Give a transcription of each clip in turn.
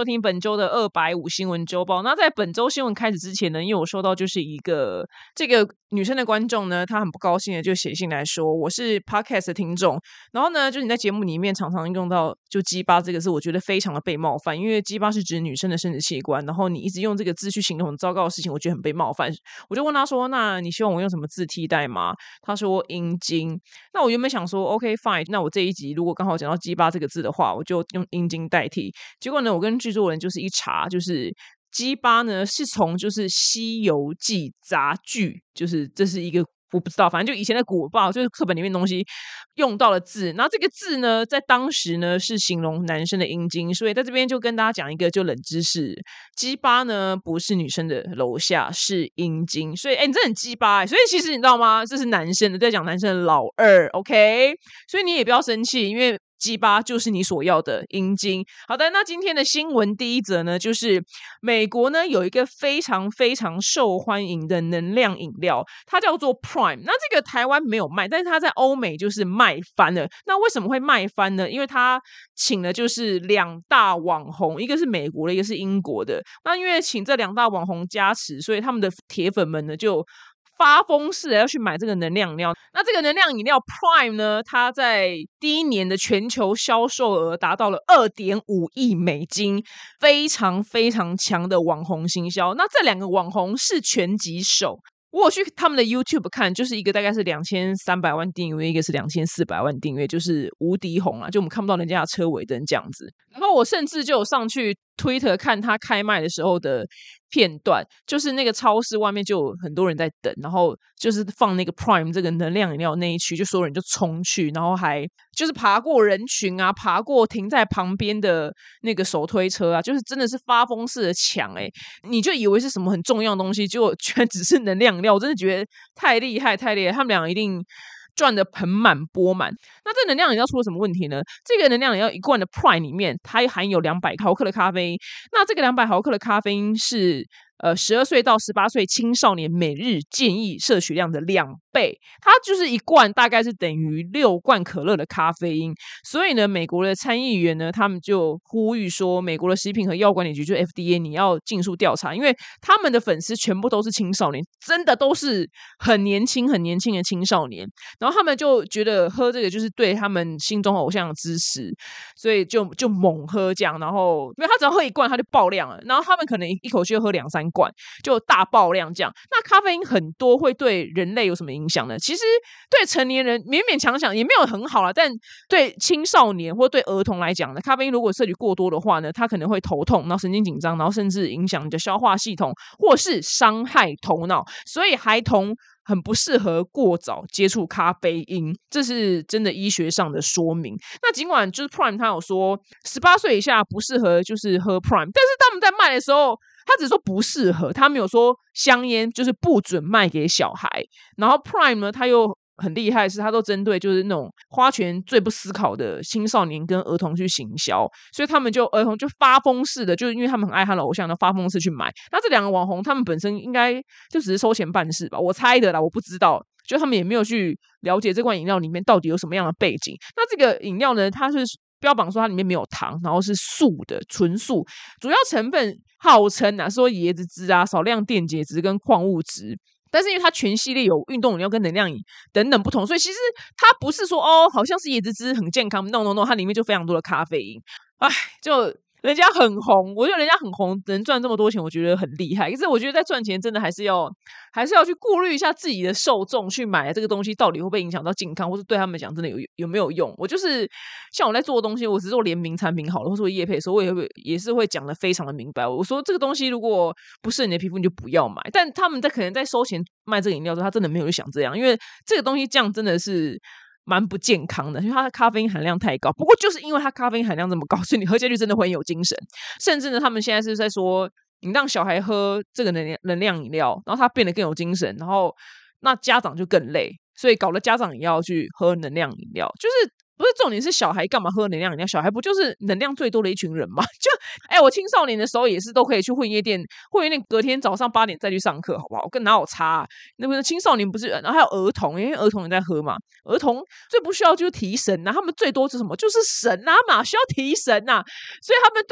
收听本周的250新闻周报。那在本周新闻开始之前呢，因为我收到就是这个女生的观众呢，她很不高兴的就写信来说，我是 podcast 的听众，然后呢，就是你在节目里面常常用到就鸡巴这个字，我觉得非常的被冒犯，因为鸡巴是指女生的生殖器官，然后你一直用这个字去形容很糟糕的事情，我觉得很被冒犯。我就问他说，那你希望我用什么字替代吗？他说阴茎。那我原本想说 OK fine， 那我这一集如果刚好讲到鸡巴这个字的话，我就用阴茎代替。结果呢，我跟制作人就是一查，就是鸡巴呢是从就是《西游记》杂剧，就是这是一个我不知道，反正就以前的古报，就是课本里面的东西用到的字。然后这个字呢，在当时呢是形容男生的阴茎，所以在这边就跟大家讲一个就冷知识：鸡巴呢不是女生的楼下，是阴茎。所以，你这很鸡巴所以其实你知道吗？这是男生的，在讲男生的老二 ，OK？ 所以你也不要生气，因为鸡巴就是你所要的阴茎。好的，那今天的新闻第一则呢，就是美国呢有一个非常非常受欢迎的能量饮料，它叫做 Prime。那这个台湾没有卖，但是它在欧美就是卖翻了。那为什么会卖翻呢？因为它请了就是2大网红，一个是美国的，一个是英国的。那因为请这2大网红加持，所以他们的铁粉们呢就发疯似的要去买这个能量饮料。那这个能量饮料 Prime 呢，它在第一年的全球销售额达到了2.5亿美金，非常非常强的网红行销。那这2个网红是拳击手，我有去他们的 YouTube 看，就是一个大概是2300万订阅，一个是2400万订阅，就是无敌红啊，就我们看不到人家的车尾灯这样子。然后我甚至就有上去 Twitter 看他开卖的时候的片段，就是那个超市外面就有很多人在等，然后就是放那个 Prime 这个能量饮料那一区，就所有人就冲去，然后还就是爬过人群啊，爬过停在旁边的那个手推车啊，就是真的是发疯似的抢你就以为是什么很重要的东西，结果居然只是能量饮料。我真的觉得太厉害太厉害，他们俩一定赚得盆满钵满。那这能量饮料出了什么问题呢？这个能量饮料一罐的 Prime 里面，它含有200毫克的咖啡因。那这个200毫克的咖啡因是12岁到18岁青少年每日建议摄取量的2倍，它就是一罐大概是等于6罐可乐的咖啡因。所以呢，美国的参议员呢，他们就呼吁说，美国的食品和药管理局就 FDA 你要尽速调查，因为他们的粉丝全部都是青少年，真的都是很年轻很年轻的青少年。然后他们就觉得喝这个就是对他们心中偶像的支持，所以就猛喝这样。然后因为他只要喝1罐他就爆量了，然后他们可能一口气就喝2-3罐，就大爆量这样。那咖啡因很多会对人类有什么影响呢？其实对成年人勉勉强强也没有很好啦，但对青少年或对儿童来讲呢，咖啡因如果摄取过多的话呢，它可能会头痛，然后神经紧张，然后甚至影响你的消化系统，或是伤害头脑。所以孩童很不适合过早接触咖啡因，这是真的医学上的说明。那尽管就是 Prime 他有说18岁以下不适合就是喝 Prime， 但是他们在卖的时候他只说不适合，他没有说香烟就是不准卖给小孩。然后 Prime 呢，他又很厉害，是他都针对就是那种花钱最不思考的青少年跟儿童去行销，所以他们就儿童就发疯似的，就是因为他们很爱他的偶像，然后发疯似去买。那这2个网红他们本身应该就只是收钱办事吧，我猜的啦，我不知道，就他们也没有去了解这罐饮料里面到底有什么样的背景。那这个饮料呢，它是标榜说它里面没有糖，然后是素的纯素，主要成分号称说椰子汁啊、少量电解质跟矿物质。但是因为它全系列有运动饮料跟能量饮等等不同，所以其实它不是说好像是椰子汁很健康 ，no no no， 它里面就非常多的咖啡因。就人家很红，我觉得人家很红能赚这么多钱，我觉得很厉害。可是我觉得在赚钱真的还是要去顾虑一下自己的受众去买这个东西到底会不会影响到健康，或是对他们讲真的有没有用。我就是像我在做的东西，我只做联名产品好了，或是我业配的时候，我也是会讲的非常的明白。我说这个东西如果不是你的皮肤，你就不要买。但他们可能在收钱卖这个饮料的时候，他真的没有想这样，因为这个东西这样真的是蛮不健康的，因为它的咖啡因含量太高。不过就是因为它咖啡因含量这么高，所以你喝下去真的会很有精神。甚至呢，他们现在是在说，你让小孩喝这个能量饮料，然后他变得更有精神，然后那家长就更累，所以搞得家长也要去喝能量饮料。就是不是重点是小孩干嘛喝能量饮料？小孩不就是能量最多的一群人吗？我青少年的时候也是都可以去混夜店隔天早上8点再去上课，好不好？跟哪有差啊？那个青少年不是，然后还有儿童，因为儿童也在喝嘛。儿童最不需要就是提神啊，他们最多是什么？就是神啊嘛，需要提神啊，所以他们对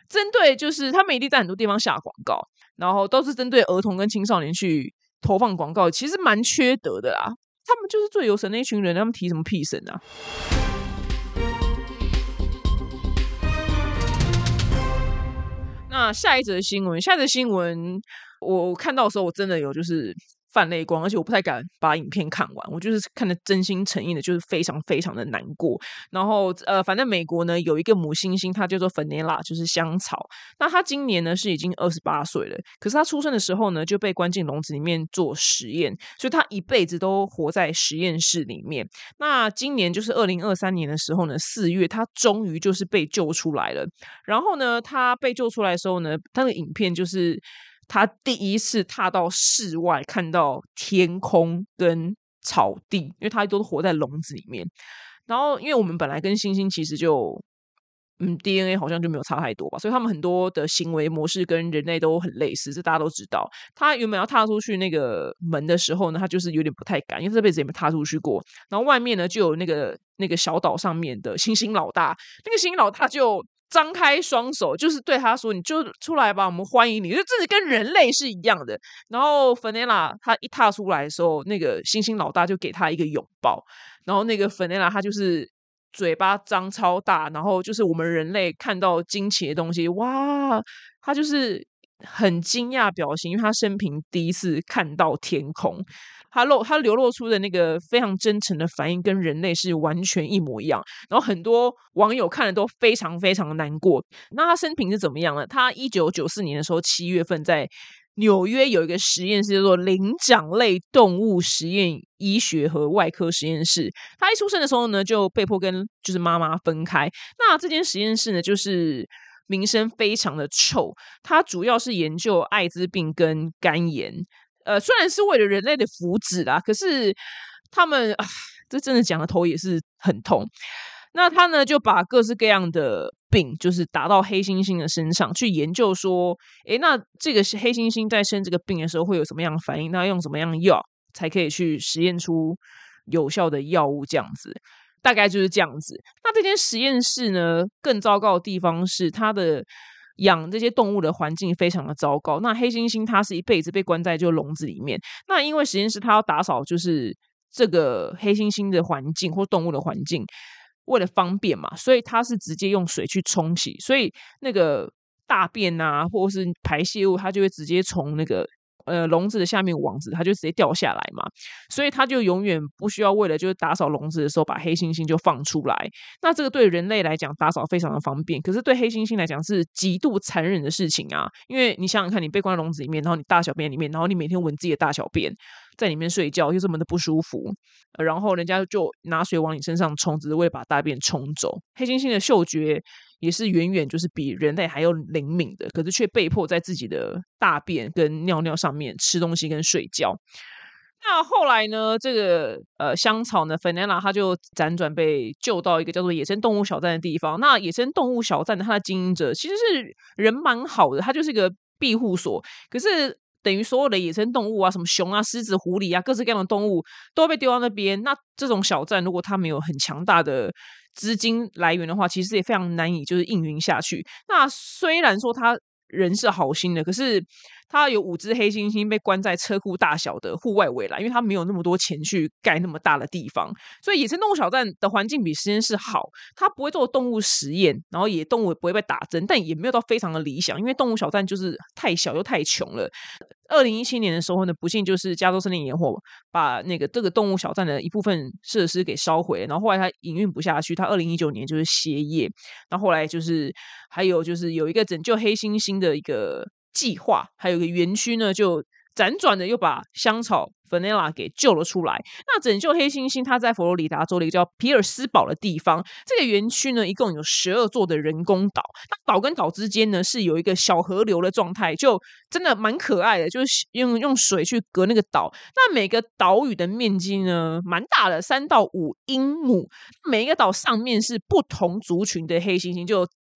针对就是他们一定在很多地方下广告，然后都是针对儿童跟青少年去投放广告，其实蛮缺德的啦。他们就是最有神的一群人，他们提什么屁神啊？那下一则新闻，我看到的时候，我真的有就是泛泪光，而且我不太敢把影片看完，我就是看的真心诚意的，就是非常非常的难过。然后反正美国呢有一个母猩猩，它叫做 Fenella， 就是香草。那它今年呢是已经28岁了，可是它出生的时候呢就被关进笼子里面做实验，所以它一辈子都活在实验室里面。那今年就是2023年的时候呢，4月它终于就是被救出来了。然后呢，它被救出来的时候呢，它的影片就是他第一次踏到室外，看到天空跟草地，因为他都活在笼子里面。然后，因为我们本来跟猩猩其实就DNA 好像就没有差太多吧，所以他们很多的行为模式跟人类都很类似，这大家都知道。他原本要踏出去那个门的时候呢，他就是有点不太敢，因为这辈子也没踏出去过。然后外面呢就有那个小岛上面的猩猩老大，那个猩猩老大就张开双手，就是对他说：“你就出来吧，我们欢迎你。”就这跟人类是一样的。然后 Fenella 他一踏出来的时候，那个猩猩老大就给他一个拥抱。然后那个 Fenella 他就是嘴巴张超大，然后就是我们人类看到惊奇的东西，哇，他就是很惊讶表情，因为他生平第一次看到天空。他流露出的那个非常真诚的反应跟人类是完全一模一样，然后很多网友看了都非常非常的难过。那他生平是怎么样呢？他1994年的时候7月份在纽约有一个实验室叫做灵长类动物实验医学和外科实验室。他一出生的时候呢就被迫跟就是妈妈分开。那这间实验室呢就是名声非常的臭，它主要是研究艾滋病跟肝炎。虽然是为了人类的福祉啦，可是他们这真的讲的头也是很痛。那他呢就把各式各样的病就是打到黑猩猩的身上去研究说，那这个黑猩猩在生这个病的时候会有什么样的反应，那用什么样的药才可以去实验出有效的药物，这样子大概就是这样子。那这间实验室呢更糟糕的地方是它的养这些动物的环境非常的糟糕。那黑猩猩它是一辈子被关在就笼子里面，那因为实验室它要打扫就是这个黑猩猩的环境或动物的环境，为了方便嘛，所以它是直接用水去冲洗，所以那个大便啊或是排泄物它就会直接从那个笼子的下面网子它就直接掉下来嘛，所以它就永远不需要为了就是打扫笼子的时候把黑猩猩就放出来。那这个对人类来讲打扫非常的方便，可是对黑猩猩来讲是极度残忍的事情啊。因为你想想看，你被关在笼子里面，然后你大小便里面，然后你每天闻自己的大小便，在里面睡觉又这么的不舒服，然后人家就拿水往你身上冲，只是为了把大便冲走。黑猩猩的嗅觉也是远远就是比人类还要灵敏的，可是却被迫在自己的大便跟尿尿上面吃东西跟睡觉。那后来呢，这个香草呢 Fenella 他就辗转被救到一个叫做野生动物小站的地方。那野生动物小站的它的经营者其实是人蛮好的，他就是一个庇护所，可是等于所有的野生动物啊，什么熊啊、狮子、狐狸啊，各式各样的动物都被丢到那边。那这种小站如果它没有很强大的资金来源的话，其实也非常难以就是运营下去。那虽然说他人是好心的，可是他有5只黑猩猩被关在车库大小的户外围栏，因为他没有那么多钱去盖那么大的地方，所以野生动物小站的环境比实验室好，它不会做动物实验，然后动物也不会被打针，但也没有到非常的理想，因为动物小站就是太小又太穷了。2017年的时候呢，不幸就是加州森林野火把这个动物小站的一部分设施给烧毁了，然后后来它营运不下去，它2019年就是歇业。然后后来就是还有就是有一个拯救黑猩猩的一个计划，还有一个园区呢就辗转的又把香草 Fenella 给救了出来。那拯救黑猩猩它在佛罗里达州的一个叫皮尔斯堡的地方，这个园区呢一共有12座的人工岛，那岛跟岛之间呢是有一个小河流的状态，就真的蛮可爱的，就是用水去隔那个岛。那每个岛屿的面积呢蛮大的，3到5英亩，每一个岛上面是不同族群的黑猩猩，就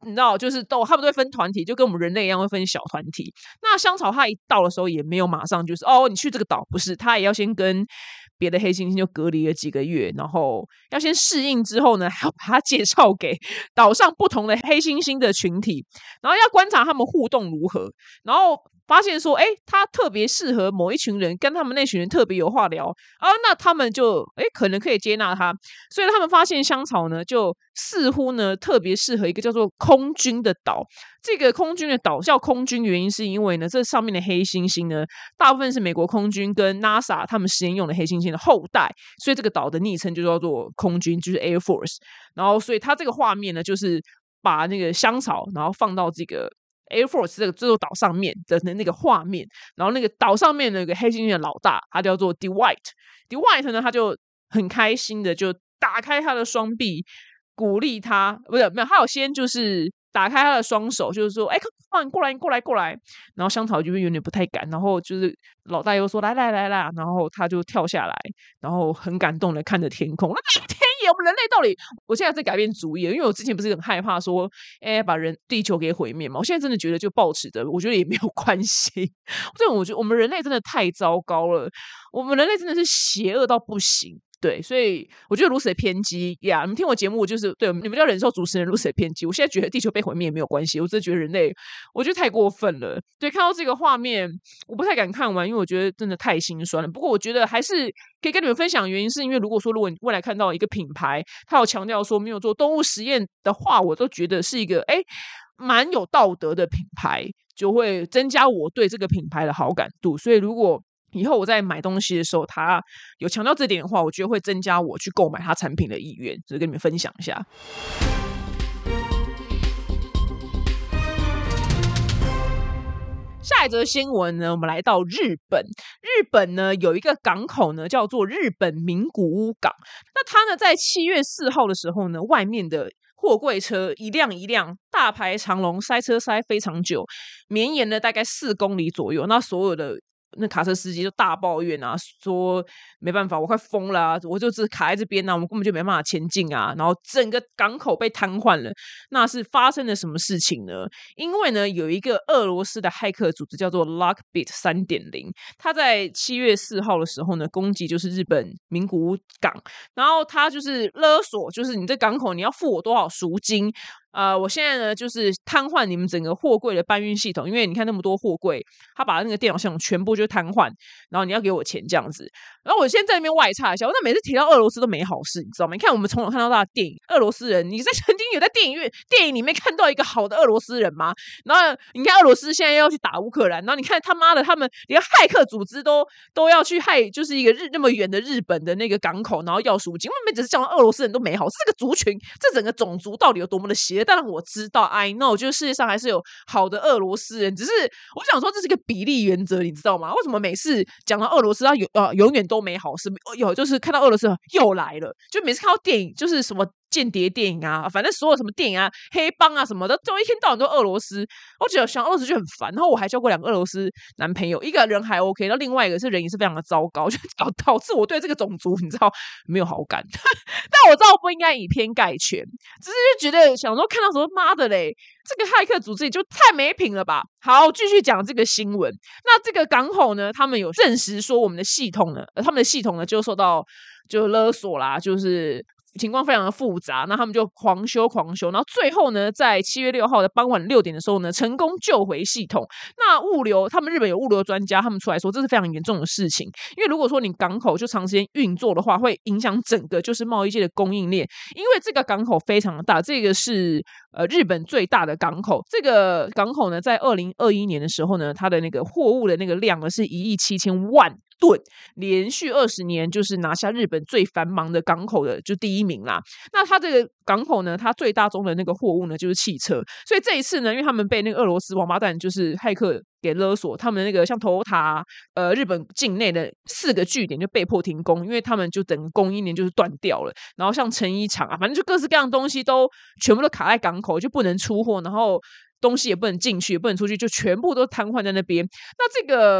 你知道，就是他们都会分团体，就跟我们人类一样会分小团体。那香草它一到的时候也没有马上就是你去这个岛，不是，它也要先跟别的黑猩猩就隔离了几个月，然后要先适应之后呢，还要把它介绍给岛上不同的黑猩猩的群体，然后要观察他们互动如何，然后发现说，他特别适合某一群人，跟他们那群人特别有话聊啊，那他们就可能可以接纳他，所以他们发现香草呢，就似乎呢特别适合一个叫做空军的岛。这个空军的岛叫空军，原因是因为呢，这上面的黑猩猩呢，大部分是美国空军跟 NASA 他们实验用的黑猩猩的后代，所以这个岛的昵称就叫做空军，就是 Air Force。然后，所以它这个画面呢，就是把那个香草，然后放到这个Air Force 这座岛上面的那个画面，然后那个岛上面那个黑猩猩的老大，他叫做 Dwight。Dwight 呢，他就很开心的就打开他的双臂，鼓励他，不是没有，他有先就是打开他的双手，就是说，快过来，过来，过来。然后香草就有点不太敢，然后就是老大又说来来来啦，然后他就跳下来，然后很感动的看着天空。那天爷，我们人类到底，我现在在改变主意了，因为我之前不是很害怕说，把地球给毁灭嘛。我现在真的觉得就抱持的，我觉得也没有关系。我觉得我们人类真的太糟糕了，我们人类真的是邪恶到不行。对，所以我觉得如此的偏激呀！你们听我节目，就是对你们要忍受主持人如此的偏激。我现在觉得地球被毁灭也没有关系，我真的觉得人类，我觉得太过分了。对，看到这个画面，我不太敢看完，因为我觉得真的太心酸了。不过我觉得还是可以跟你们分享，原因是因为如果你未来看到一个品牌，它有强调说没有做动物实验的话，我都觉得是一个蛮有道德的品牌，就会增加我对这个品牌的好感度。所以如果以后我在买东西的时候，他有强调这点的话，我觉得会增加我去购买他产品的意愿，所以跟你们分享一下。下一则新闻呢，我们来到日本。日本呢有一个港口呢叫做日本名古屋港。那它呢在7月4号的时候呢，外面的货柜车一辆一辆大排长龙，塞车塞非常久，绵延了大概4公里左右。那所有的那卡车司机就大抱怨啊，说没办法，我快疯了啊，我就只卡在这边啊，我们根本就没办法前进啊，然后整个港口被瘫痪了。那是发生了什么事情呢？因为呢，有一个俄罗斯的骇客组织叫做 Lockbit 3.0，他在7月4号的时候呢，攻击就是日本名古屋港，然后他就是勒索，就是你这港口你要付我多少赎金。我现在呢就是瘫痪你们整个货柜的搬运系统，因为你看那么多货柜，他把那个电脑系统全部就瘫痪，然后你要给我钱这样子。然后我现在在那边外插一下，那每次提到俄罗斯都没好事，你知道吗？你看我们从小看到大的电影，俄罗斯人，你曾经有在电影里面看到一个好的俄罗斯人吗？然后你看俄罗斯现在要去打乌克兰，然后你看他妈的他们连骇客组织都要去害，就是一个那么远的日本的那个港口，然后要赎金。我们只是讲俄罗斯人都没好，这个族群，这整个种族到底有多么的邪恶？当然我知道 I know 就是世界上还是有好的俄罗斯人，只是我想说这是个比例原则，你知道吗？为什么每次讲到俄罗斯他永远都没好事，就是看到俄罗斯又来了，就每次看到电影就是什么间谍电影啊，反正所有什么电影啊、黑帮啊什么的，都一天到晚都俄罗斯。我觉得想俄罗斯就很烦。然后我还交过2个俄罗斯男朋友，一个人还 OK， 然后另外一个是人也是非常的糟糕，就导致我对这个种族你知道没有好感。但我知道不应该以偏概全，只是就觉得想说看到什么妈的嘞，这个骇客组织也就太没品了吧。好，继续讲这个新闻。那这个港口呢，他们有证实说我们的系统呢，他们的系统呢就受到就勒索啦，就是情况非常的复杂，那他们就狂修，然后最后呢，在7月6号的傍晚6点的时候呢，成功救回系统。那物流，他们日本有物流专家，他们出来说这是非常严重的事情，因为如果说你港口就长时间运作的话，会影响整个就是贸易界的供应链，因为这个港口非常的大，这个是日本最大的港口。这个港口呢，在2021年的时候呢，它的那个货物的那个量呢是1.7亿吨，连续20年就是拿下日本最繁忙的港口的就第1名啦。那它这个港口呢，它最大宗的那个货物呢就是汽车，所以这一次呢，因为他们被那个俄罗斯王八蛋就是骇客给勒索，他们那个像Toyota日本境内的4个据点就被迫停工，因为他们就整个供应链就是断掉了。然后像成衣厂啊，反正就各式各样的东西都全部都卡在港口，就不能出货，然后东西也不能进去，也不能出去，就全部都瘫痪在那边。那这个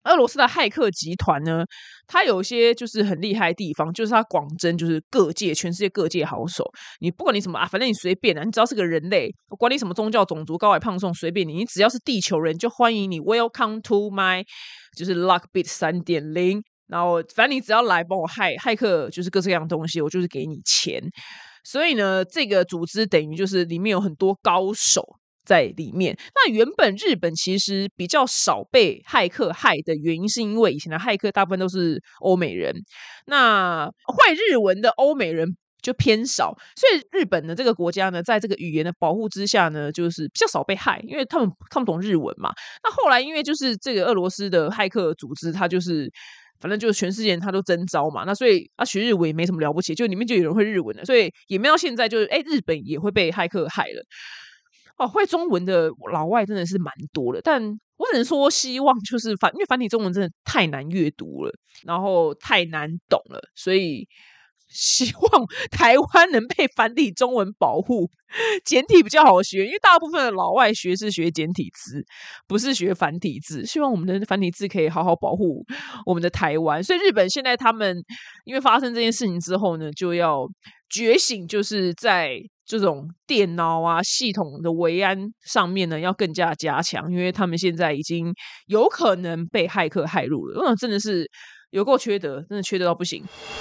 俄罗斯的骇客集团呢，它有一些就是很厉害的地方，就是它广征就是全世界各界好手。你不管你什么反正你随便你只要是个人类，管你什么宗教、种族、高矮胖瘦，随便你只要是地球人就欢迎你。Welcome to my 就是 Lockbit 3.0，然后反正你只要来帮我骇客，就是各式各样的东西，我就是给你钱。所以呢，这个组织等于就是里面有很多高手在里面。那原本日本其实比较少被骇客害的原因，是因为以前的骇客大部分都是欧美人，那会日文的欧美人就偏少，所以日本的这个国家呢，在这个语言的保护之下呢，就是比较少被害，因为他们看不懂日文嘛。那后来因为就是这个俄罗斯的骇客组织，它就是反正就是全世界人他都征召嘛，那所以学日文也没什么了不起，就里面就有人会日文的，所以也没到现在就是日本也会被骇客害了。会中文的老外真的是蛮多的，但我只能说希望就是因为繁体中文真的太难阅读了，然后太难懂了，所以希望台湾能被繁体中文保护，简体比较好学，因为大部分的老外是学简体字，不是学繁体字。希望我们的繁体字可以好好保护我们的台湾。所以日本现在他们因为发生这件事情之后呢，就要觉醒，就是在这种电脑系统的维安上面呢，要更加加强，因为他们现在已经有可能被骇客骇入了。真的是有够缺德，真的缺德到不行。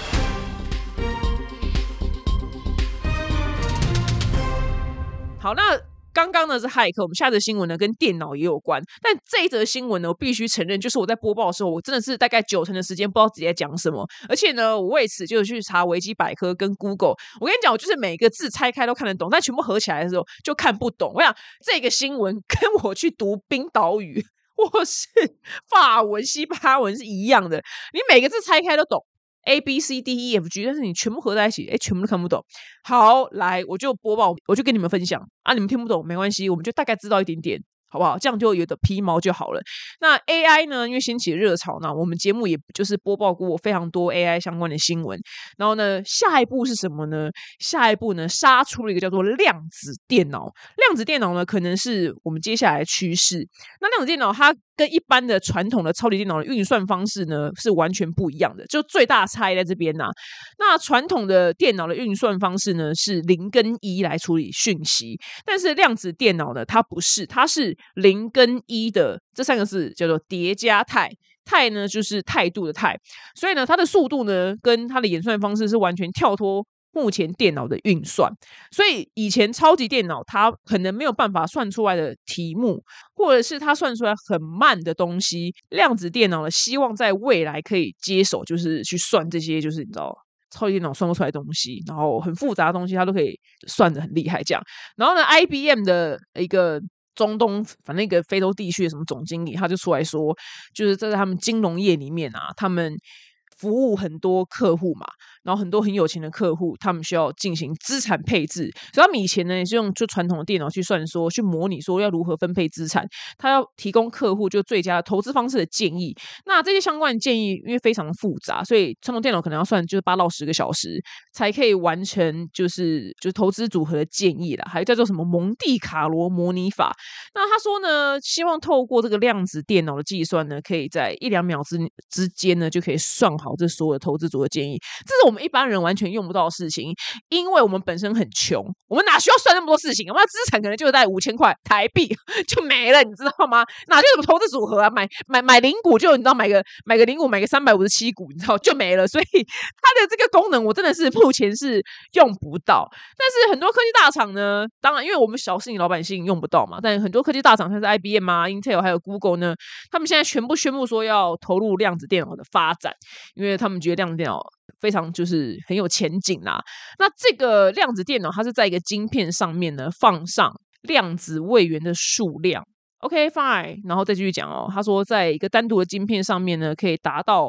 好，那刚刚呢是骇客，我们下则新闻呢跟电脑也有关，但这一则新闻呢，我必须承认，就是我在播报的时候，我真的是大概90%的时间不知道自己在讲什么，而且呢，我为此就去查维基百科跟 Google。我跟你讲，我就是每个字拆开都看得懂，但全部合起来的时候就看不懂。我想这个新闻跟我去读冰岛语或是法文、西班牙文是一样的，你每个字拆开都懂。A B C D E F G， 但是你全部合在一起，全部都看不懂。好，来，我就播报，我就跟你们分享你们听不懂没关系，我们就大概知道一点点，好不好？这样就有的皮毛就好了。那 AI 呢，因为掀起了热潮呢，我们节目也就是播报过非常多 AI 相关的新闻。然后呢，下一步是什么呢？下一步呢，杀出了一个叫做量子电脑。量子电脑呢，可能是我们接下来的趋势。那量子电脑它跟一般的传统的超级电脑的运算方式呢是完全不一样的，就最大差异在这边那传统的电脑的运算方式呢是0跟1来处理讯息，但是量子电脑呢它不是，它是0跟1的这3个字叫做叠加态。态呢就是态度的态，所以呢它的速度呢跟它的演算方式是完全跳脱目前电脑的运算，所以以前超级电脑它可能没有办法算出来的题目，或者是它算出来很慢的东西，量子电脑呢希望在未来可以接手，就是去算这些，就是你知道超级电脑算不出来的东西，然后很复杂的东西它都可以算得很厉害这样。然后呢 IBM 的一个中东反正一个非洲地区的什么总经理他就出来说，就是在他们金融业里面他们服务很多客户嘛，然后很多很有钱的客户他们需要进行资产配置，所以他们以前呢也是用就传统的电脑去算说，去模拟说要如何分配资产，他要提供客户就最佳的投资方式的建议。那这些相关的建议因为非常复杂，所以传统电脑可能要算就是8到10个小时才可以完成就是投资组合的建议啦，还有叫做什么蒙地卡罗模拟法。那他说呢，希望透过这个量子电脑的计算呢，可以在1-2秒之间呢就可以算好这所有的投资组合建议。这是我们一般人完全用不到的事情，因为我们本身很穷，我们哪需要算那么多事情？我们的资产可能就在5000块台币就没了，你知道吗？哪就什么投资组合买零股就你知道买个零股买个357股，你知道就没了。所以它的这个功能我真的是目前是用不到。但是很多科技大厂呢，当然因为我们小市民老百姓用不到嘛，但很多科技大厂像是 IBM Intel 还有 Google 呢，他们现在全部宣布说要投入量子电脑的发展，因为他们觉得量子电脑非常就是很有前景啦。那这个量子电脑它是在一个晶片上面呢放上量子位元的数量 OK fine， 然后再继续讲他说在一个单独的晶片上面呢可以达到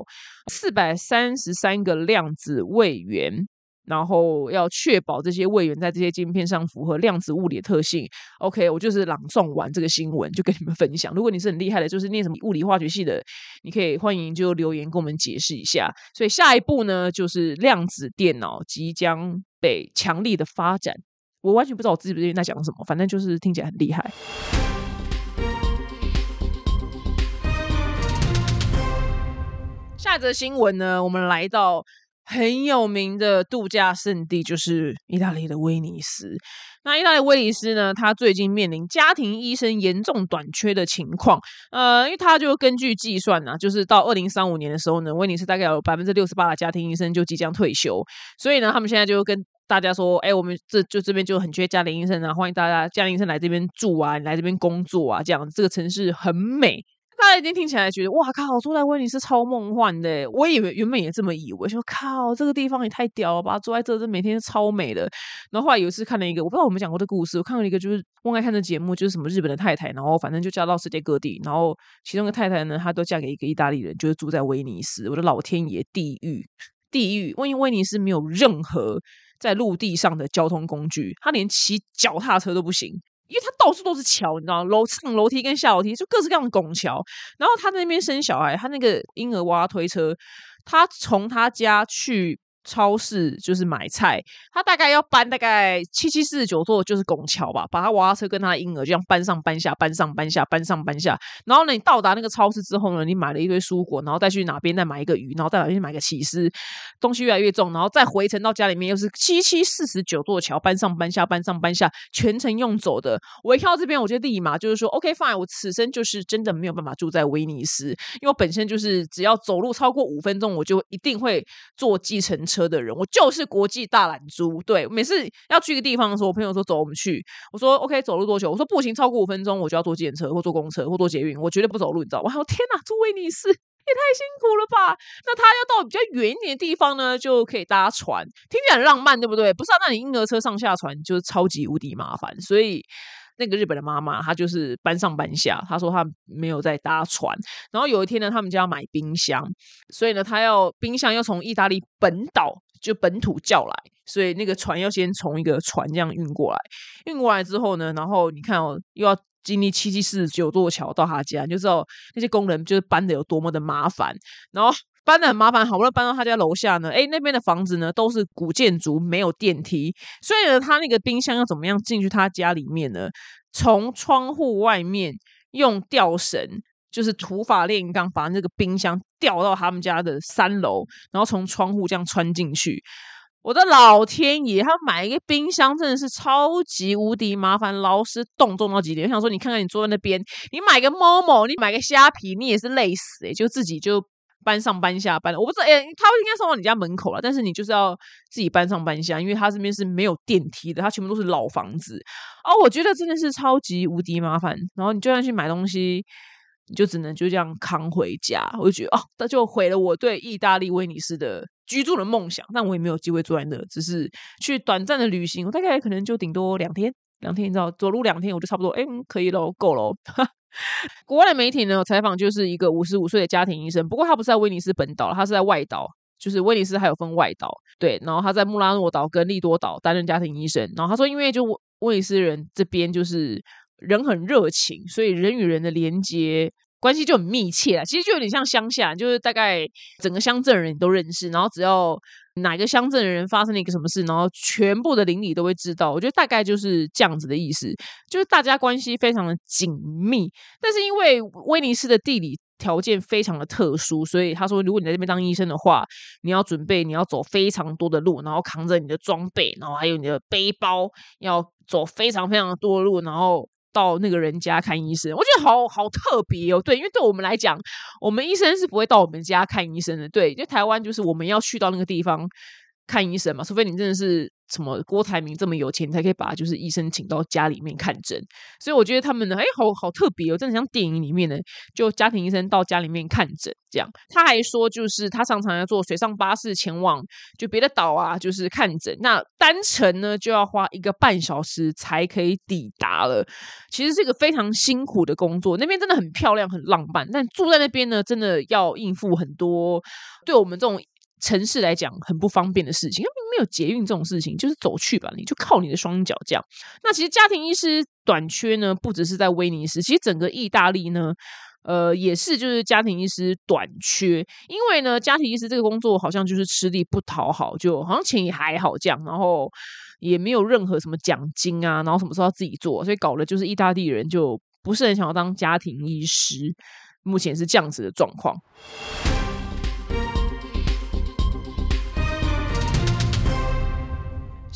433个量子位元，然后要确保这些位元在这些晶片上符合量子物理的特性。 OK， 我就是朗诵完这个新闻就跟你们分享，如果你是很厉害的就是念什么物理化学系的，你可以欢迎就留言跟我们解释一下。所以下一步呢就是量子电脑即将被强力的发展，我完全不知道我自己不是在讲什么，反正就是听起来很厉害。 一则新闻呢，我们来到很有名的度假胜地，就是意大利的威尼斯。那意大利威尼斯呢，它最近面临家庭医生严重短缺的情况。因为它就根据计算啊，就是到2035年的时候呢，威尼斯大概有68%的家庭医生就即将退休，所以呢，他们现在就跟大家说，我们这边就很缺家庭医生啊，欢迎大家家庭医生来这边住啊，来这边工作啊，这样这个城市很美。大家一定听起来觉得哇靠，住在威尼斯超梦幻的，我以为原本也这么以为，说靠这个地方也太屌了吧，住在这每天超美的。然后后来有一次看了一个，我不知道我们讲过的故事，我看了一个就是我爱看的节目，就是什么日本的太太，然后反正就嫁到世界各地，然后其中一个太太呢，她都嫁给一个意大利人，就是住在威尼斯。我的老天爷，地狱！因为威尼斯没有任何在陆地上的交通工具，他连骑脚踏车都不行。因为它到处都是桥，你知道吗？上楼梯跟下楼梯就各式各样的拱桥。然后他在那边生小孩，他那个婴儿娃娃推车，他从他家去超市就是买菜，他大概要搬大概7749座就是拱桥吧，把他娃娃车跟他的婴儿这样搬上搬下，搬上搬下，搬上搬下。然后呢，你到达那个超市之后呢，你买了一堆蔬果，然后再去哪边再买一个鱼，然后再哪边买个起司，东西越来越重，然后再回程到家里面又是7749座桥，搬上搬下，搬上搬下，全程用走的。我一看到这边，我就立马就是说 OK fine， 我此生就是真的没有办法住在威尼斯，因为我本身就是只要走路超过5分钟，我就一定会坐计程车的人，我就是国际大懒猪。对，每次要去一个地方的时候，我朋友说走我们去，我说 OK 走路多久，我说步行超过5分钟我就要坐计程车或坐公车或坐捷运，我绝对不走路，你知道吗？天哪，住威尼斯也太辛苦了吧。那他要到比较远一点的地方呢，就可以搭船，听起来很浪漫对不对？不是啊，那你婴儿车上下船就是超级无敌麻烦。所以那个日本的妈妈她就是搬上搬下，她说她没有在搭船。然后有一天呢，他们家要买冰箱，所以呢她要冰箱要从意大利本岛就本土叫来，所以那个船要先从一个船这样运过来。运过来之后呢，然后你看又要经历7749座桥到他家，你就知道那些工人就是搬的有多么的麻烦。然后搬的很麻烦，好不容易搬到他家楼下呢，那边的房子呢都是古建筑，没有电梯，所以呢他那个冰箱要怎么样进去他家里面呢？从窗户外面用吊绳，就是土法炼钢，把那个冰箱吊到他们家的3楼，然后从窗户这样穿进去。我的老天爷，他买一个冰箱真的是超级无敌麻烦，劳师动众到极点。我想说，你看看你坐在那边，你买个 Momo， 你买个虾皮，你也是累死就自己就搬上搬下搬了。我不知道，他应该送到你家门口了，但是你就是要自己搬上搬下，因为他这边是没有电梯的，他全部都是老房子。我觉得真的是超级无敌麻烦。然后你就算去买东西，你就只能就这样扛回家。我就觉得那就毁了我对意大利威尼斯的居住的梦想。但我也没有机会住在那，只是去短暂的旅行，我大概可能就顶多2天，你知道，走路2天我就差不多可以咯，够咯。国外的媒体呢采访就是一个55岁的家庭医生，不过他不是在威尼斯本岛，他是在外岛，就是威尼斯还有分外岛。对，然后他在穆拉诺岛跟利多岛担任家庭医生。然后他说因为就威尼斯人这边就是人很热情，所以人与人的连接关系就很密切啦。其实就有点像乡下，就是大概整个乡镇人你都认识，然后只要哪个乡镇的人发生了一个什么事，然后全部的邻里都会知道。我觉得大概就是这样子的意思，就是大家关系非常的紧密。但是因为威尼斯的地理条件非常的特殊，所以他说如果你在这边当医生的话，你要准备你要走非常多的路，然后扛着你的装备，然后还有你的背包，要走非常非常多的路，然后到那个人家看医生。我觉得好特别对，因为对我们来讲，我们医生是不会到我们家看医生的。对，因为台湾就是我们要去到那个地方看医生嘛，除非你真的是什么郭台铭这么有钱，你才可以把就是医生请到家里面看诊。所以我觉得他们呢，好特别真的像电影里面的，就家庭医生到家里面看诊这样。他还说，就是他常常要坐水上巴士前往就别的岛啊，就是看诊。那单程呢就要花1个半小时才可以抵达了。其实是一个非常辛苦的工作，那边真的很漂亮很浪漫，但住在那边呢真的要应付很多对我们这种城市来讲很不方便的事情，因为没有捷运这种事情，就是走去吧，你就靠你的双脚这样。那其实家庭医师短缺呢，不只是在威尼斯，其实整个意大利呢，也是就是家庭医师短缺。因为呢，家庭医师这个工作好像就是吃力不讨好，就好像钱也还好这样，然后也没有任何什么奖金啊，然后什么时候要自己做，所以搞的就是意大利人就不是很想要当家庭医师。目前是这样子的状况。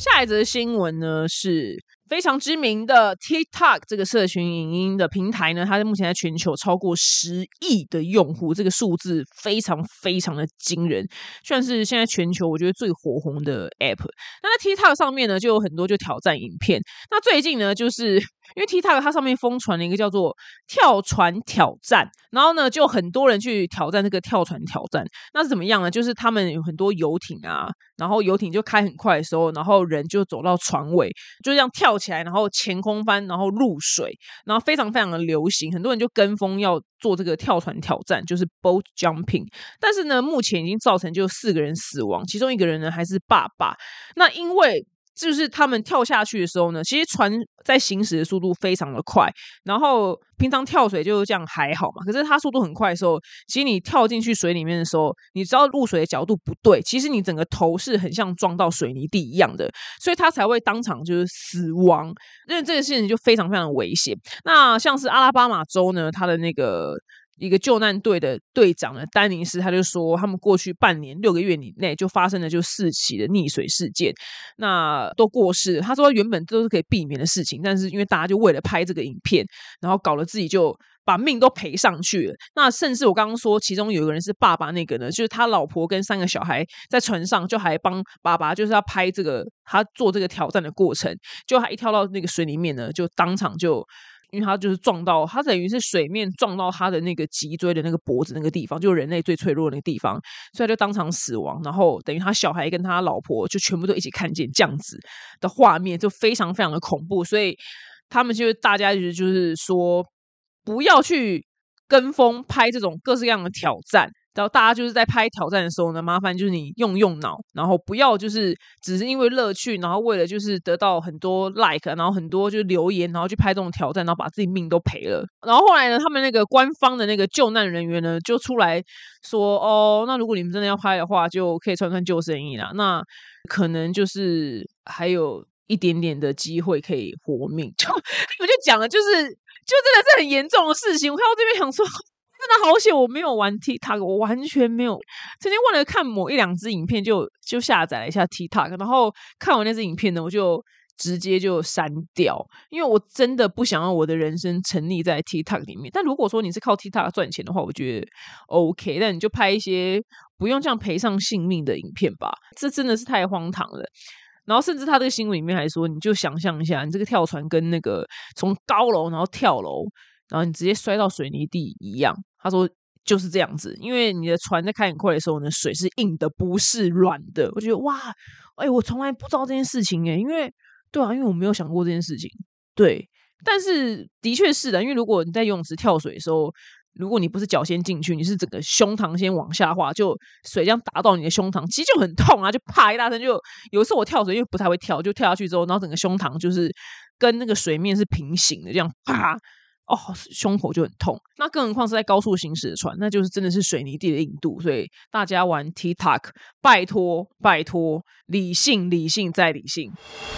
下一则新闻呢是非常知名的 TikTok 这个社群影音的平台呢，它目前在全球超过10亿的用户，这个数字非常非常的惊人，算是现在全球我觉得最火红的 App。那在 TikTok 上面呢，就有很多就挑战影片。那最近呢，就是因为 TikTok 它上面疯传了一个叫做跳船挑战，然后呢，就很多人去挑战这个跳船挑战。那是怎么样呢？就是他们有很多游艇啊，然后游艇就开很快的时候，然后人就走到船尾，就这样跳起来，然后前空翻，然后入水，然后非常非常的流行，很多人就跟风要做这个跳船挑战，就是 boat jumping。但是呢，目前已经造成就4个人死亡，其中1个人呢还是爸爸。那因为就是他们跳下去的时候呢，其实船在行驶的速度非常的快，然后平常跳水就这样还好嘛，可是它速度很快的时候，其实你跳进去水里面的时候，你知道入水的角度不对，其实你整个头是很像撞到水泥地一样的，所以他才会当场就是死亡，因为这个事情就非常非常的危险。那像是阿拉巴马州呢，他的那个一个救难队的队长呢，丹尼斯他就说，他们过去半年6个月以内就发生了就4起的溺水事件，那都过世了。他说原本都是可以避免的事情，但是因为大家就为了拍这个影片，然后搞了自己就把命都赔上去了。那甚至我刚刚说，其中有一个人是爸爸，那个呢，就是他老婆跟3个小孩在船上，就还帮爸爸就是要拍这个他做这个挑战的过程，就他一跳到那个水里面呢，就当场就。因为他就是撞到，他等于是水面撞到他的那个脊椎的那个脖子那个地方，就是人类最脆弱的那个地方，所以他就当场死亡。然后等于他小孩跟他老婆就全部都一起看见这样子的画面，就非常非常的恐怖。所以他们就是大家就是说，不要去跟风拍这种各式各样的挑战。然后大家就是在拍挑战的时候呢，麻烦就是你用脑，然后不要就是只是因为乐趣，然后为了就是得到很多 like， 然后很多就是留言，然后去拍这种挑战，然后把自己命都赔了。然后后来呢，他们那个官方的那个救难人员呢，就出来说，哦，那如果你们真的要拍的话，就可以穿救生衣啦，那可能就是还有一点点的机会可以活命。就他们就讲了，就真的是很严重的事情。我看到这边想说。真的好险，我没有玩 TikTok， 我完全没有。曾经为了看某1-2支影片就下载了一下 TikTok， 然后看完那支影片呢，我就直接就删掉，因为我真的不想要我的人生沉溺在 TikTok 里面。但如果说你是靠 TikTok 赚钱的话，我觉得 OK， 但你就拍一些不用这样赔上性命的影片吧，这真的是太荒唐了。然后甚至他这个新闻里面还说，你就想象一下，你这个跳船跟那个从高楼然后跳楼，然后你直接摔到水泥地一样。他说就是这样子，因为你的船在开很快的时候呢，水是硬的，不是软的。我觉得哇，我从来不知道这件事情因为对啊，因为我没有想过这件事情。对，但是的确是的，因为如果你在游泳池跳水的时候，如果你不是脚先进去，你是整个胸膛先往下滑，就水这样打到你的胸膛，其实就很痛啊，就啪一大声。就有一次我跳水，因为不太会跳，就跳下去之后，然后整个胸膛就是跟那个水面是平行的，这样啪。胸口就很痛，那更何况是在高速行驶的船，那就是真的是水泥地的硬度。所以大家玩 TikTok， 拜托拜托，理性理性再理性。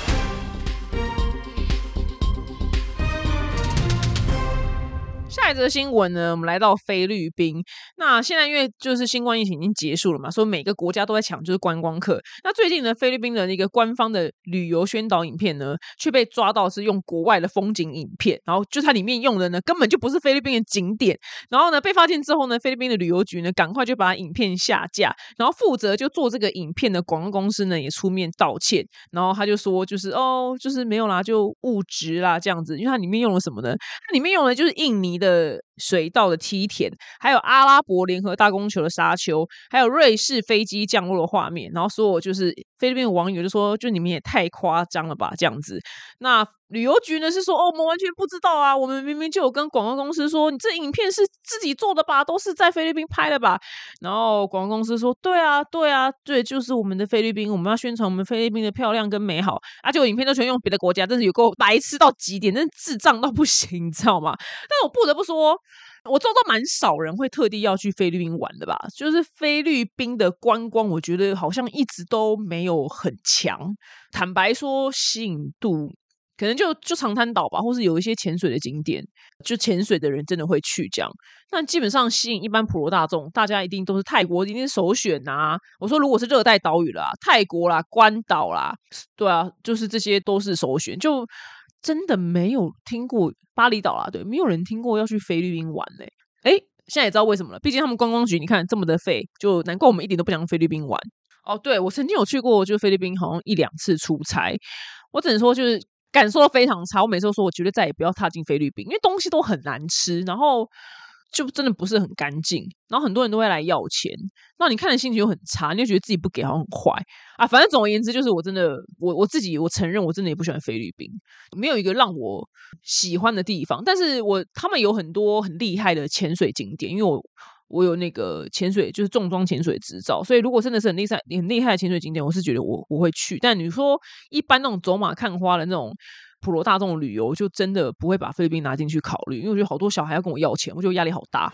下一则新闻呢，我们来到菲律宾。那现在因为就是新冠疫情已经结束了嘛，所以每个国家都在抢就是观光客。那最近呢，菲律宾的那个官方的旅游宣导影片呢，却被抓到是用国外的风景影片，然后就它里面用的呢，根本就不是菲律宾的景点。然后呢，被发现之后呢，菲律宾的旅游局呢，赶快就把影片下架。然后负责就做这个影片的广告公司呢，也出面道歉。然后他就说，就是没有啦，就误植啦这样子。因为它里面用了什么呢？它里面用的就是印尼的水稻的梯田，还有阿拉伯联合大公球的沙丘，还有瑞士飞机降落的画面。然后所有就是菲律宾的网友就说，就你们也太夸张了吧这样子。那旅游局呢是说，我们完全不知道啊，我们明明就有跟广告公司说，你这影片是自己做的吧，都是在菲律宾拍的吧。然后广告公司说，对啊，就是我们的菲律宾，我们要宣传我们菲律宾的漂亮跟美好啊。结果影片都全用别的国家，真是有够白痴到极点，真是智障到不行，你知道吗？但我不得不说，我周遭蛮少人会特地要去菲律宾玩的吧。就是菲律宾的观光，我觉得好像一直都没有很强。坦白说，吸引度可能就长滩岛吧，或是有一些潜水的景点，就潜水的人真的会去这样。那基本上吸引一般普罗大众，大家一定都是泰国，一定是首选啊。我说如果是热带岛屿啦，泰国啦、关岛啦，对啊，就是这些都是首选。就真的没有听过巴厘岛啦，对，没有人听过要去菲律宾玩嘞。诶，现在也知道为什么了，毕竟他们观光局你看这么的废，就难怪我们一点都不想去菲律宾玩。哦，对，我曾经有去过，就菲律宾好像1-2次出差，我只能说就是感受非常差。我每次都说我绝对再也不要踏进菲律宾，因为东西都很难吃，然后就真的不是很干净，然后很多人都会来要钱，那你看的心情又很差，你就觉得自己不给好像很坏啊。反正总而言之，就是我真的我自己我承认我真的也不喜欢菲律宾，没有一个让我喜欢的地方。但是他们有很多很厉害的潜水景点，因为我有那个潜水，就是重装潜水执照，所以如果真的是很厉害的潜水景点，我是觉得我会去。但你说一般那种走马看花的那种普罗大众旅游，就真的不会把菲律宾拿进去考虑，因为我觉得好多小孩要跟我要钱，我觉得压力好大。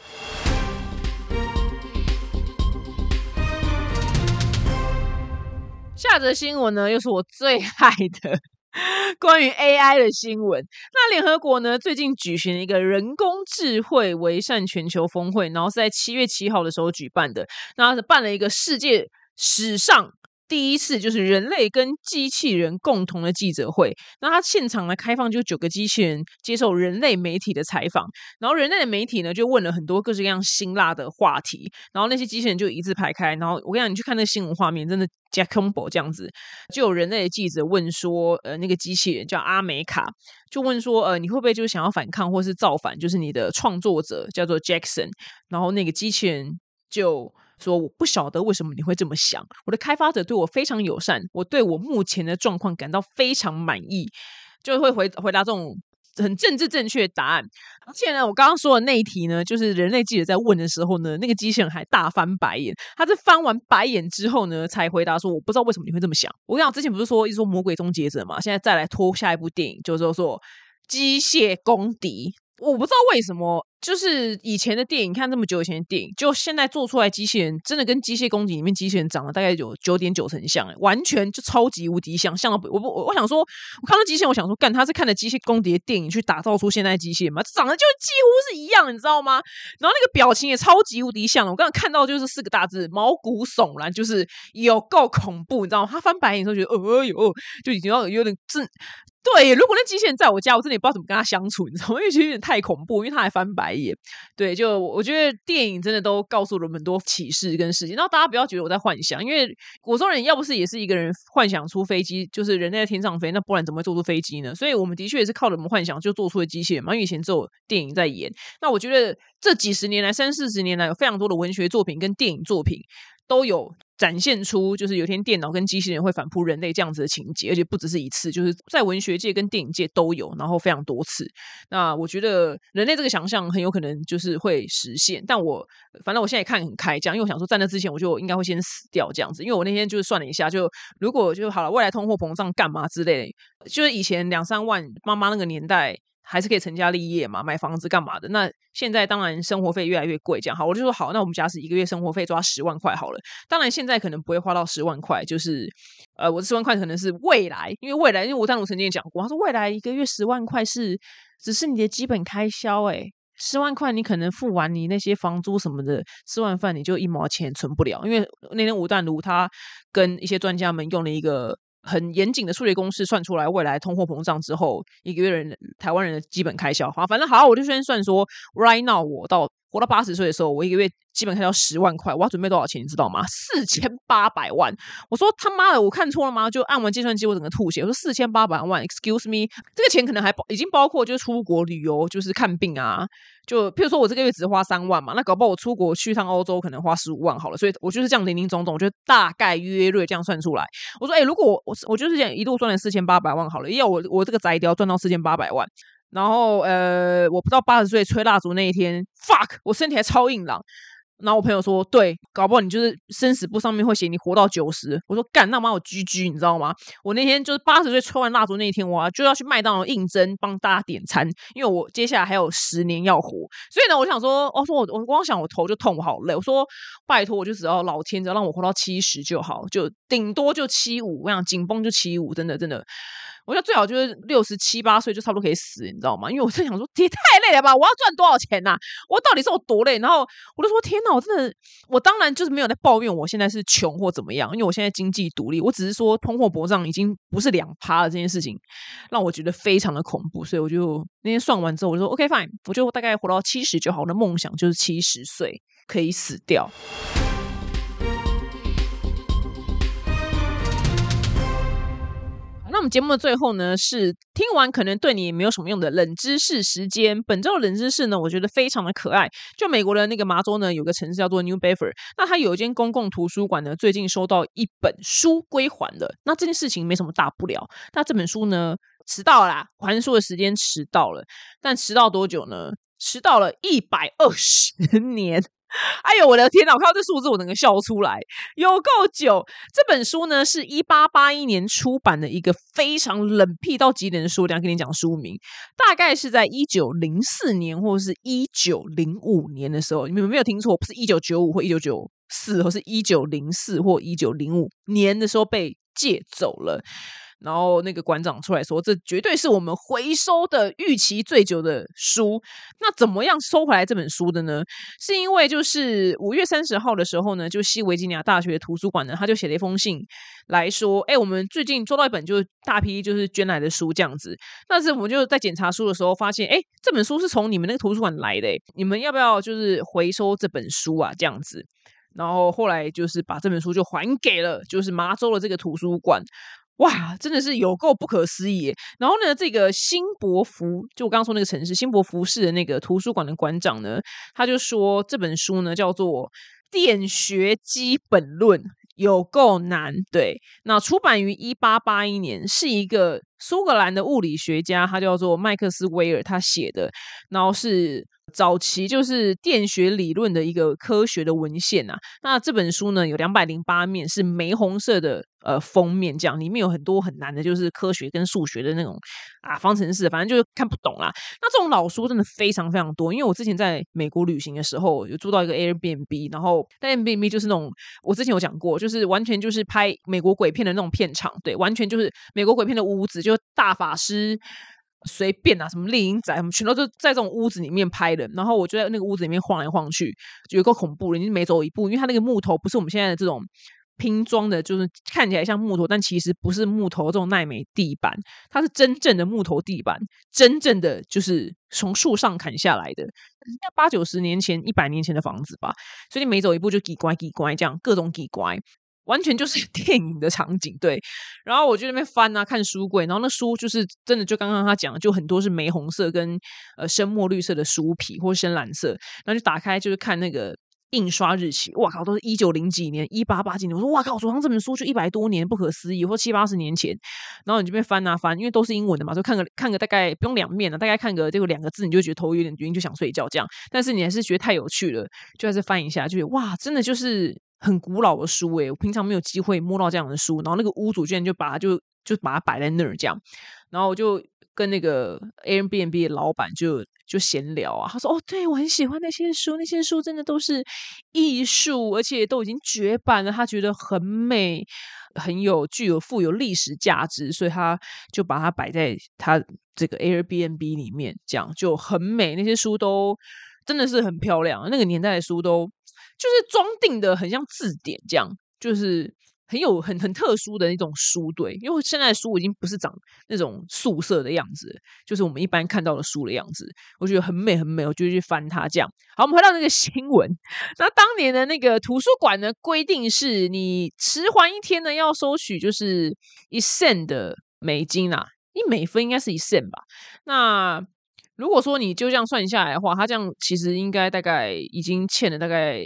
下则新闻呢，又是我最爱的关于 AI 的新闻。那联合国呢最近举行了一个人工智慧为善全球峰会，然后是在7月7号的时候举办的。那是办了一个世界史上第一次就是人类跟机器人共同的记者会。那他现场呢开放就9个机器人接受人类媒体的采访，然后人类的媒体呢就问了很多各式各样辛辣的话题，然后那些机器人就一字排开。然后我跟你讲，你去看那个新闻画面，真的 Jack Combo 这样子，就有人类的记者问说，那个机器人叫阿美卡，就问说，你会不会就是想要反抗或是造反，就是你的创作者叫做 Jackson， 然后那个机器人就说我不晓得为什么你会这么想，我的开发者对我非常友善，我对我目前的状况感到非常满意，就会回答这种很政治正确的答案。而且呢，我刚刚说的那一题呢，就是人类记者在问的时候呢，那个机器人还大翻白眼，他是翻完白眼之后呢才回答说我不知道为什么你会这么想。我跟你讲，之前不是说一直说魔鬼终结者嘛，现在再来拖下一部电影就是说机械公敌。我不知道为什么，就是以前的电影，看这么久以前的电影，就现在做出来机器人，真的跟《机械公敌》里面机器人长得大概有9.9%像，完全就超级无敌像到我想说，我看到机器人，我想说，干他是看了《机械公敌》的电影去打造出现在机器人吗？长得就几乎是一样，你知道吗？然后那个表情也超级无敌像的，我刚刚看到就是4个大字，毛骨悚然，就是有够恐怖，你知道吗？他翻白眼的时候觉得，哟，就已经有点对，如果那机器人在我家，我真的也不知道怎么跟他相处，你知道吗？因为其实有点太恐怖，因为他还翻白眼。对，就我觉得电影真的都告诉了我们很多启示跟事情。然后大家不要觉得我在幻想，因为果中人要不是也是一个人幻想出飞机，就是人类在天上飞，那不然怎么会做出飞机呢？所以我们的确也是靠着我们幻想就做出了机器人嘛。因为以前只有电影在演，那我觉得这几十年来30-40年来，有非常多的文学作品跟电影作品都有展现出就是有一天电脑跟机器人会反扑人类这样子的情节，而且不只是一次，就是在文学界跟电影界都有，然后非常多次。那我觉得人类这个想象很有可能就是会实现，但反正我现在也看很开这样，因为我想说在那之前我就应该会先死掉这样子。因为我那天就是算了一下，就如果就好了，未来通货膨胀干嘛之类的，就是以前2-3万妈妈那个年代还是可以成家立业嘛，买房子干嘛的。那现在当然生活费越来越贵，这样好，我就说好，那我们假使一个月生活费抓10万块好了。当然现在可能不会花到10万块，就是我的10万块可能是未来，因为吴淡如曾经也讲过，他说未来一个月10万块只是你的基本开销10万块你可能付完你那些房租什么的，吃完饭你就1毛钱存不了。因为那天吴淡如他跟一些专家们用了一个很严谨的数学公式算出来未来通货膨胀之后一个月台湾人的基本开销。好，反正好，我就先算说 right now 我活到80岁的时候，我一个月基本开销10万块，我要准备多少钱你知道吗？4800万。我说他妈的，我看错了吗？就按完计算机我整个吐血。我说4800万 excuse me， 这个钱可能还已经包括就是出国旅游，就是看病啊，就譬如说我这个月只花3万嘛，那搞不好我出国去趟欧洲可能花15万好了。所以我就是这样零零总总，我就大概约略这样算出来。我说如果我就是这样一路赚了4800万好了，要我这个宅雕赚到4800万，然后我不到80岁吹蜡烛那一天 fuck 我身体还超硬朗。然后我朋友说对，搞不好你就是生死簿上面会写你活到90。我说干，那妈我 GG 你知道吗？我那天就是80岁吹完蜡烛那一天，我就要去麦当劳应征帮大家点餐，因为我接下来还有10年要活。所以呢我想说我光想我头就痛，我好累。我说拜托，我就只要老天只要让我活到70就好，就顶多就75，我想紧绷就75，真的我觉得最好就是67、8岁就差不多可以死，你知道吗？因为我真的想说，也太累了吧！我要赚多少钱啊？我到底是有多累？然后我就说，天哪！我当然就是没有在抱怨我现在是穷或怎么样，因为我现在经济独立。我只是说，通货膨胀已经不是2%了，这件事情让我觉得非常的恐怖。所以我就那天算完之后，我就说 OK fine， 我就大概活到70就好。我的梦想就是70岁可以死掉。那我们节目的最后呢，是听完可能对你没有什么用的冷知识时间。本周的冷知识呢，我觉得非常的可爱。就美国的那个麻州呢，有个城市叫做 New Bedford， 那它有一间公共图书馆呢，最近收到一本书归还了。那这件事情没什么大不了，那这本书呢迟到了啦，还书的时间迟到了，但迟到多久呢？迟到了120年。哎呦我的天哪，我看到这数字我整个笑出来，有够久。这本书呢是1881年出版的一个非常冷僻到极点的书，等一下跟你讲书名。大概是在1904年或是1905年的时候，你们没有听错，不是1995或1994，或是1904或1905年的时候被借走了。然后那个馆长出来说，这绝对是我们回收的预期最久的书。那怎么样收回来这本书的呢？是因为就是5月30号的时候呢，就西维吉尼亚大学图书馆呢，他就写了一封信来说，我们最近收到一本就是大批就是捐来的书这样子。但是我们就在检查书的时候发现，这本书是从你们那个图书馆来的，你们要不要就是回收这本书啊？这样子。然后后来就是把这本书就还给了就是麻州的这个图书馆。哇，真的是有够不可思议耶。然后呢，这个辛伯福，就我刚刚说那个城市辛伯福市的那个图书馆的馆长呢，他就说这本书呢叫做《电学基本论》，有够难。对，那出版于1881年，是一个苏格兰的物理学家，他叫做麦克斯威尔，他写的，然后是早期就是电学理论的一个科学的文献啊。那这本书呢有208面，是玫红色的封面，这样里面有很多很难的，就是科学跟数学的那种方程式，反正就是看不懂啦。那这种老书真的非常非常多，因为我之前在美国旅行的时候，有住到一个 Airbnb， 然后 Airbnb 就是那种我之前有讲过，就是完全就是拍美国鬼片的那种片场，对，完全就是美国鬼片的屋子，就大法师。随便什么猎鹰仔，我们全都就在这种屋子里面拍的。然后我就在那个屋子里面晃来晃去，就有够恐怖的，你每走一步，因为它那个木头不是我们现在的这种拼装的，就是看起来像木头，但其实不是木头这种奈美地板，它是真正的木头地板，真正的就是从树上砍下来的，要80-90年前、100年前的房子吧。所以你每走一步就奇怪奇怪，这样各种奇怪。完全就是电影的场景，对。然后我就在那边翻看书柜，然后那书就是真的，就刚刚他讲的，就很多是玫红色跟深墨绿色的书皮或深蓝色，然后就打开就是看那个印刷日期，哇靠，都是1900几年、1880几年。我说哇靠，手上这本书就100多年，不可思议，或70-80年前。然后你这边翻翻，因为都是英文的嘛，就看个大概不用2面了，大概看个这个2个字，你就觉得头有点晕，就想睡觉这样。但是你还是觉得太有趣了，就还是翻一下，就觉得哇，真的就是很古老的书我平常没有机会摸到这样的书。然后那个屋主居然就把它就把它摆在那儿这样。然后我就跟那个 Airbnb 的老板就闲聊他说对，我很喜欢那些书，那些书真的都是艺术，而且都已经绝版了，他觉得很美，富有历史价值，所以他就把它摆在他这个 Airbnb 里面，这样就很美。那些书都真的是很漂亮，那个年代的书都就是装订的很像字典这样，就是很特殊的那种书。对，因为现在的书已经不是长那种素色的样子，就是我们一般看到的书的样子，我觉得很美很美，我就去翻它这样。好，我们回到那个新闻。那当年的那个图书馆呢，规定是你迟还1天呢要收取就是1 cent 的美金啦，1美分应该是1 cent 吧。那如果说你就这样算下来的话，他这样其实应该大概已经欠了大概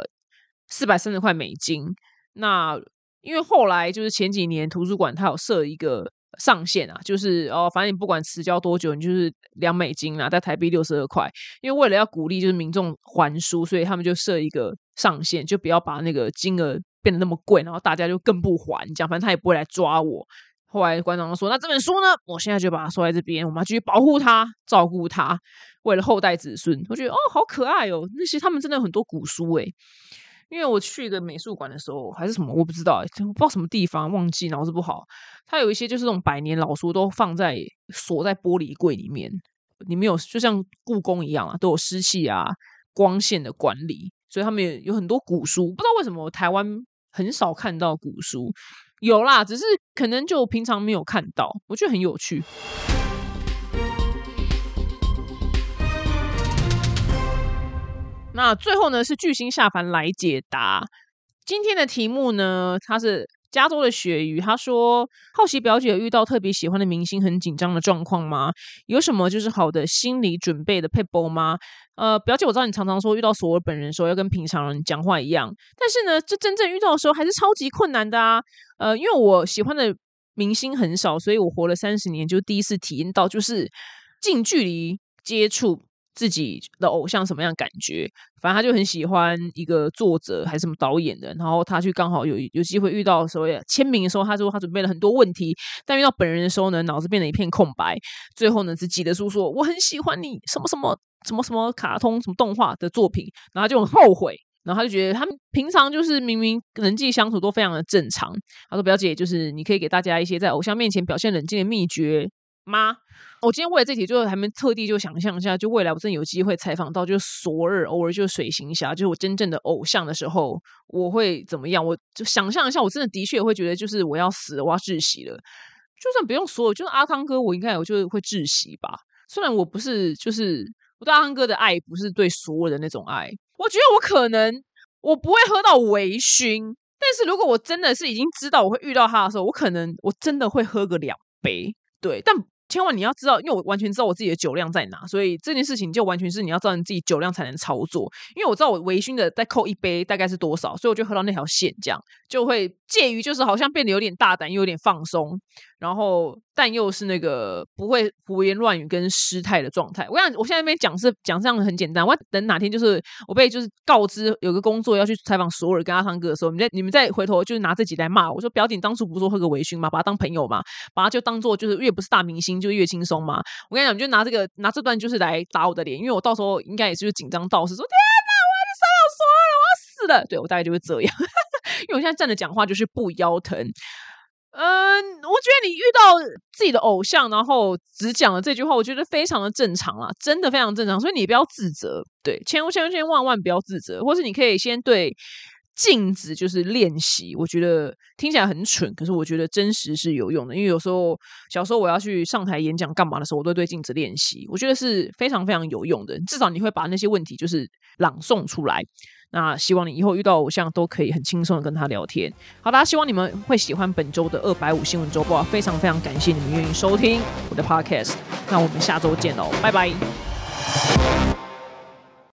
430块美金。那因为后来就是前几年图书馆它有设一个上限就是反正你不管迟交多久，你就是2美金啦，在台币62块。因为为了要鼓励就是民众还书，所以他们就设一个上限，就不要把那个金额变得那么贵，然后大家就更不还，这样反正他也不会来抓我。后来馆长说，那这本书呢，我现在就把它收在这边，我们要继续保护它，照顾它，为了后代子孙。我觉得好可爱那些他们真的有很多古书因为我去一个美术馆的时候，还是什么我不知道，不知道什么地方忘记，脑子不好。它有一些就是那种100年老书都锁在玻璃柜里面，里面有就像故宫一样啊，都有湿气啊、光线的管理，所以他们有很多古书。不知道为什么台湾很少看到古书，有啦，只是可能就平常没有看到，我觉得很有趣。那最后呢是巨星下凡来解答今天的题目呢，他是加州的鳕鱼，他说好奇表姐有遇到特别喜欢的明星很紧张的状况吗？有什么就是好的心理准备的撇步吗？表姐我知道你常常说遇到索尔本人的时候要跟平常人讲话一样，但是呢这真正遇到的时候还是超级困难的啊。因为我喜欢的明星很少，所以我活了30年就第一次体验到就是近距离接触自己的偶像什么样的感觉。反正他就很喜欢一个作者还是什么导演的，然后他去刚好有机会遇到的时候签名的时候，他说他准备了很多问题，但遇到本人的时候呢脑子变得一片空白，最后呢只记得说我很喜欢你什么什么什么什么卡通什么动画的作品，然后他就很后悔，然后他就觉得他们平常就是明明人际相处都非常的正常。他说表姐就是你可以给大家一些在偶像面前表现冷静的秘诀吗？我今天为了这题就还没特地就想象一下，就未来我真的有机会采访到就是索尔，偶尔就是水行侠，就是我真正的偶像的时候我会怎么样。我就想象一下，我真的的确会觉得就是我要死了，我要窒息了。就算不用索尔，就是阿汤哥我应该就会窒息吧。虽然我不是就是我对阿汤哥的爱不是对索尔的那种爱，我觉得我可能我不会喝到微醺，但是如果我真的是已经知道我会遇到他的时候，我可能我真的会喝个2杯。对，但千万你要知道，因为我完全知道我自己的酒量在哪，所以这件事情就完全是你要知道你自己酒量才能操作。因为我知道我微醺的再扣1杯大概是多少，所以我就喝到那条线，这样就会介于就是好像变得有点大胆又有点放松，然后但又是那个不会胡言乱语跟失态的状态。我想我现在那边讲这样很简单，我等哪天就是我被就是告知有个工作要去采访索尔跟阿汤哥的时候，你们再回头就是拿这集来骂我说表姐当初不是说喝个微醺吗？把他当朋友嘛，把他就当做就是越不是大明星就越轻松嘛。我跟你讲，你就拿这段就是来打我的脸，因为我到时候应该也是紧张到是说天哪，我要去采访索尔了，我要死了。对，我大概就会这样，因为我现在站着讲话就是不腰疼。我觉得你遇到自己的偶像，然后只讲了这句话，我觉得非常的正常啦，真的非常正常，所以你不要自责，对，千万不要自责，或是你可以先对镜子就是练习。我觉得听起来很蠢，可是我觉得真实是有用的，因为有时候小时候我要去上台演讲干嘛的时候，我都对镜子练习，我觉得是非常非常有用的，至少你会把那些问题就是朗诵出来。那希望你以后遇到偶像都可以很轻松的跟他聊天。好啦，希望你们会喜欢本周的250新闻周报，非常非常感谢你们愿意收听我的 podcast， 那我们下周见喽，拜拜。